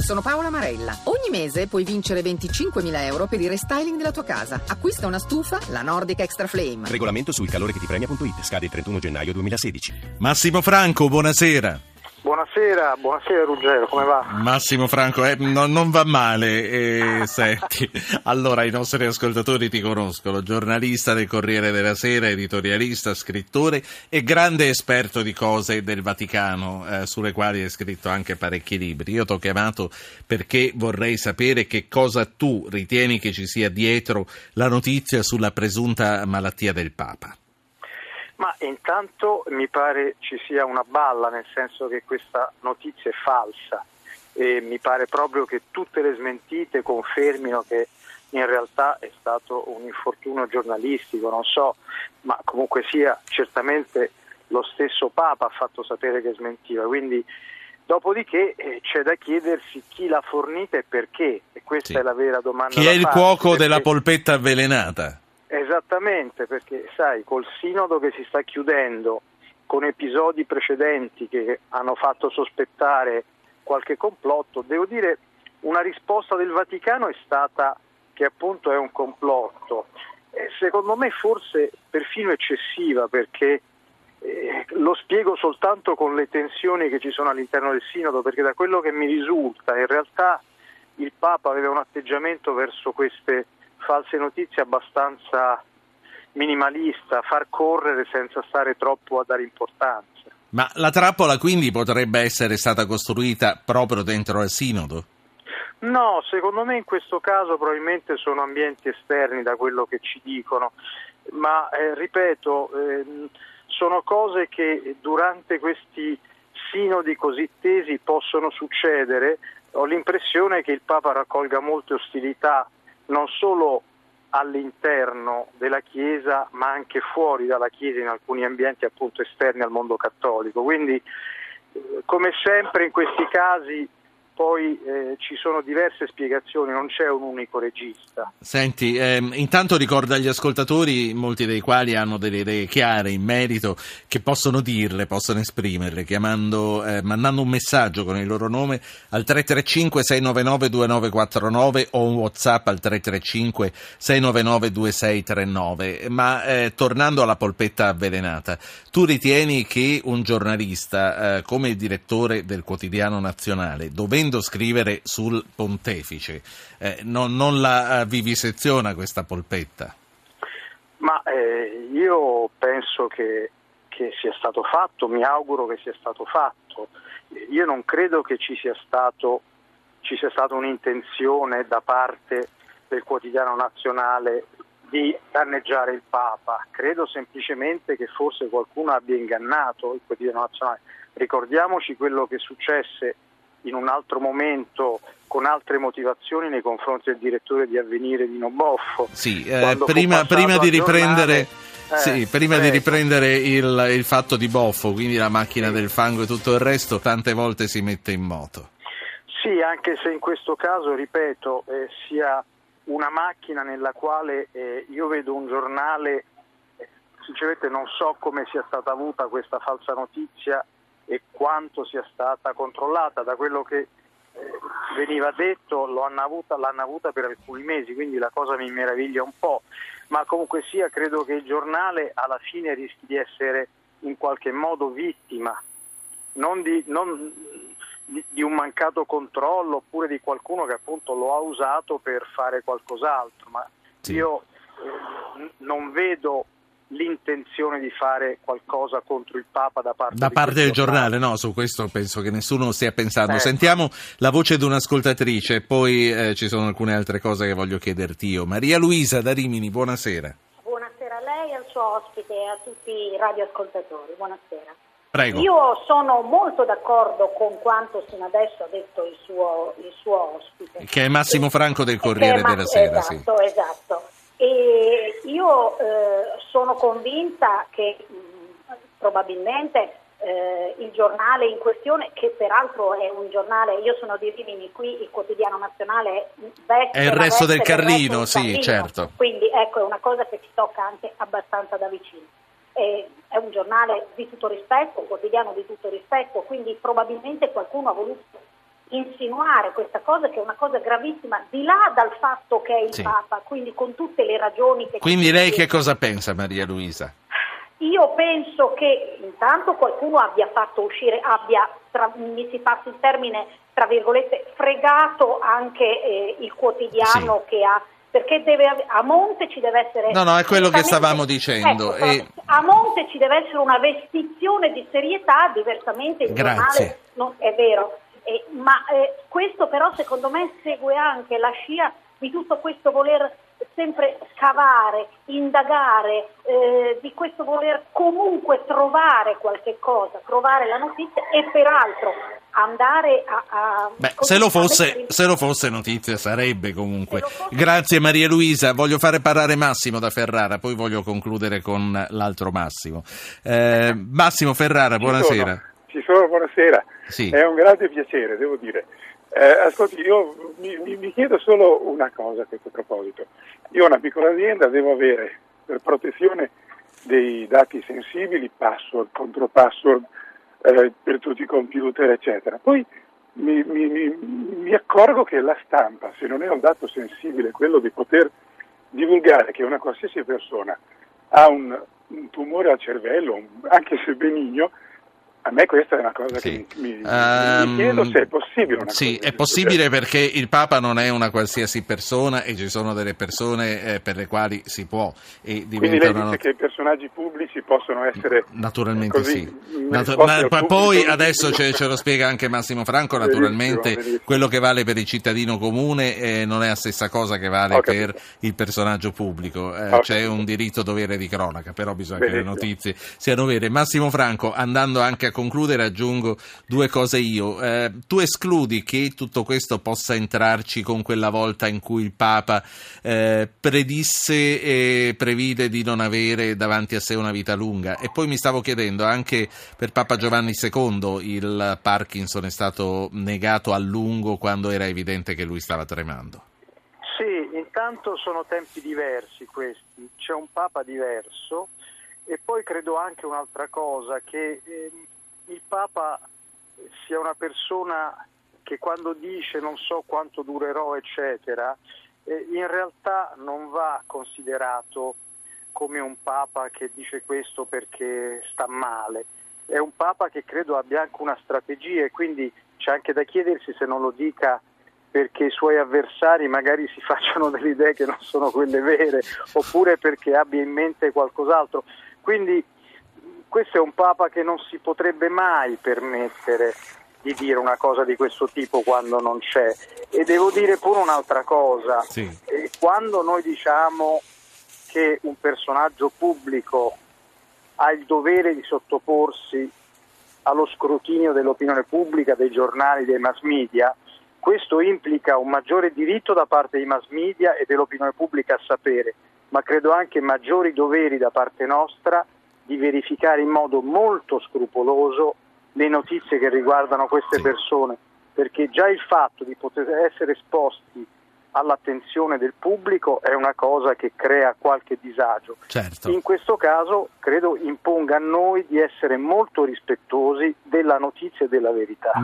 Sono Paola Marella. Ogni mese puoi vincere 25.000 euro per il restyling della tua casa. Acquista una stufa, la Nordic Extra Flame. Regolamento sul calore che ti premia.it. Scade il 31 gennaio 2016. Massimo Franco, buonasera. Buonasera Ruggero, come va? Massimo Franco, non va male. Senti, allora i nostri ascoltatori ti conoscono, giornalista del Corriere della Sera, editorialista, scrittore e grande esperto di cose del Vaticano, sulle quali hai scritto anche parecchi libri. Io ti ho chiamato perché vorrei sapere che cosa tu ritieni che ci sia dietro la notizia sulla presunta malattia del Papa. Ma intanto mi pare ci sia una balla, nel senso che questa notizia è falsa e mi pare proprio che tutte le smentite confermino che in realtà è stato un infortunio giornalistico, non so, ma comunque sia, certamente lo stesso Papa ha fatto sapere che smentiva, quindi dopodiché c'è da chiedersi chi l'ha fornita e perché, e questa Sì. è la vera domanda. Chi è il cuoco perché... della polpetta avvelenata? Esattamente, perché sai, col sinodo che si sta chiudendo, con episodi precedenti che hanno fatto sospettare qualche complotto, devo dire una risposta del Vaticano è stata che appunto è un complotto. Secondo me forse perfino eccessiva, perché lo spiego soltanto con le tensioni che ci sono all'interno del sinodo, perché da quello che mi risulta in realtà il Papa aveva un atteggiamento verso queste false notizie abbastanza minimalista, far correre senza stare troppo a dare importanza. Ma la trappola quindi potrebbe essere stata costruita proprio dentro al sinodo? No, secondo me in questo caso probabilmente sono ambienti esterni da quello che ci dicono, ma ripeto, sono cose che durante questi sinodi così tesi possono succedere. Ho l'impressione che il Papa raccolga molte ostilità non solo all'interno della Chiesa ma anche fuori dalla Chiesa in alcuni ambienti appunto esterni al mondo cattolico, quindi come sempre in questi casi poi ci sono diverse spiegazioni, non c'è un unico regista. Senti, intanto ricorda agli ascoltatori, molti dei quali hanno delle idee chiare in merito, che possono dirle, possono esprimerle, mandando un messaggio con il loro nome al 335-699-2949 o un WhatsApp al 335-699-2639. Ma tornando alla polpetta avvelenata, tu ritieni che un giornalista come il direttore del Quotidiano Nazionale, dovendo scrivere sul pontefice, non la viviseziona questa polpetta? Ma io penso che sia stato fatto, mi auguro che sia stato fatto. Io non credo che ci sia stata un'intenzione da parte del Quotidiano Nazionale di danneggiare il Papa. Credo semplicemente che forse qualcuno abbia ingannato il Quotidiano Nazionale. Ricordiamoci quello che successe in un altro momento con altre motivazioni nei confronti del direttore di Avvenire Dino Boffo. Sì, prima di riprendere di riprendere il fatto di Boffo, quindi la macchina del fango e tutto il resto, tante volte si mette in moto. Sì, anche se in questo caso, ripeto, sia una macchina nella quale io vedo un giornale, sinceramente non so come sia stata avuta questa falsa notizia e quanto sia stata controllata. Da quello che veniva detto l'hanno avuta per alcuni mesi, quindi la cosa mi meraviglia un po', ma comunque sia credo che il giornale alla fine rischi di essere in qualche modo vittima non di un mancato controllo oppure di qualcuno che appunto lo ha usato per fare qualcos'altro, ma sì. Io non vedo l'intenzione di fare qualcosa contro il Papa da parte del giornale. No, su questo penso che nessuno stia pensando. Ecco. Sentiamo la voce di un'ascoltatrice e poi ci sono alcune altre cose che voglio chiederti io. Maria Luisa da Rimini, buonasera. Buonasera a lei, al suo ospite e a tutti i radioascoltatori, buonasera. Prego. Io sono molto d'accordo con quanto sino adesso ha detto il suo ospite, che è Massimo Franco del Corriere della Sera. Esatto. E io sono convinta che probabilmente il giornale in questione, che peraltro è un giornale, io sono di Rimini, qui il Quotidiano Nazionale è il Resto del Carlino, sì, certo. Quindi ecco, è una cosa che ci tocca anche abbastanza da vicino. È un giornale di tutto rispetto, un quotidiano di tutto rispetto, quindi probabilmente qualcuno ha voluto insinuare questa cosa, che è una cosa gravissima, di là dal fatto che è il Papa, quindi con tutte le ragioni che... Quindi lei che cosa pensa, Maria Luisa? Io penso che intanto qualcuno abbia fatto uscire, mi si passi il termine, tra virgolette, fregato anche il quotidiano che ha, perché a monte ci deve essere... No, è quello che stavamo dicendo. A monte ci deve essere una vestizione di serietà, diversamente il giornale non è vero. Ma questo però secondo me segue anche la scia di tutto questo voler sempre scavare, indagare, di questo voler comunque trovare qualche cosa, trovare la notizia e peraltro andare a se lo fosse notizia sarebbe comunque. Grazie Maria Luisa, voglio fare parlare Massimo da Ferrara, poi voglio concludere con l'altro Massimo. Massimo Ferrara, buonasera. Ci sono, buonasera. Sì. È un grande piacere, devo dire. Ascolti, io mi chiedo solo una cosa a questo proposito. Io ho una piccola azienda, devo avere per protezione dei dati sensibili, password, contro password per tutti i computer, eccetera. Poi mi accorgo che la stampa, se non è un dato sensibile, quello di poter divulgare che una qualsiasi persona ha un tumore al cervello, anche se benigno, a me questa è una cosa che mi chiedo se è possibile. È possibile perché il Papa non è una qualsiasi persona e ci sono delle persone per le quali si può. E quindi lei dice che i personaggi pubblici possono essere naturalmente così, ma poi adesso ce lo spiega anche Massimo Franco, naturalmente benissimo. Quello che vale per il cittadino comune non è la stessa cosa che vale per il personaggio pubblico. C'è un diritto dovere di cronaca, però bisogna che le notizie siano vere. Massimo Franco, andando anche a concludere, aggiungo due cose io. Tu escludi che tutto questo possa entrarci con quella volta in cui il Papa predisse e previde di non avere davanti a sé una vita lunga? E poi mi stavo chiedendo, anche per Papa Giovanni II il Parkinson è stato negato a lungo quando era evidente che lui stava tremando. Sì, intanto sono tempi diversi questi, c'è un Papa diverso e poi credo anche un'altra cosa, che il Papa sia una persona che quando dice non so quanto durerò eccetera, in realtà non va considerato come un Papa che dice questo perché sta male. È un Papa che credo abbia anche una strategia e quindi c'è anche da chiedersi se non lo dica perché i suoi avversari magari si facciano delle idee che non sono quelle vere, oppure perché abbia in mente qualcos'altro. Quindi questo è un Papa che non si potrebbe mai permettere di dire una cosa di questo tipo quando non c'è. E devo dire pure un'altra cosa. Quando noi diciamo che un personaggio pubblico ha il dovere di sottoporsi allo scrutinio dell'opinione pubblica, dei giornali, dei mass media, questo implica un maggiore diritto da parte dei mass media e dell'opinione pubblica a sapere, ma credo anche maggiori doveri da parte nostra di verificare in modo molto scrupoloso le notizie che riguardano queste persone, perché già il fatto di poter essere esposti all'attenzione del pubblico è una cosa che crea qualche disagio. In questo caso credo imponga a noi di essere molto rispettosi della notizia e della verità.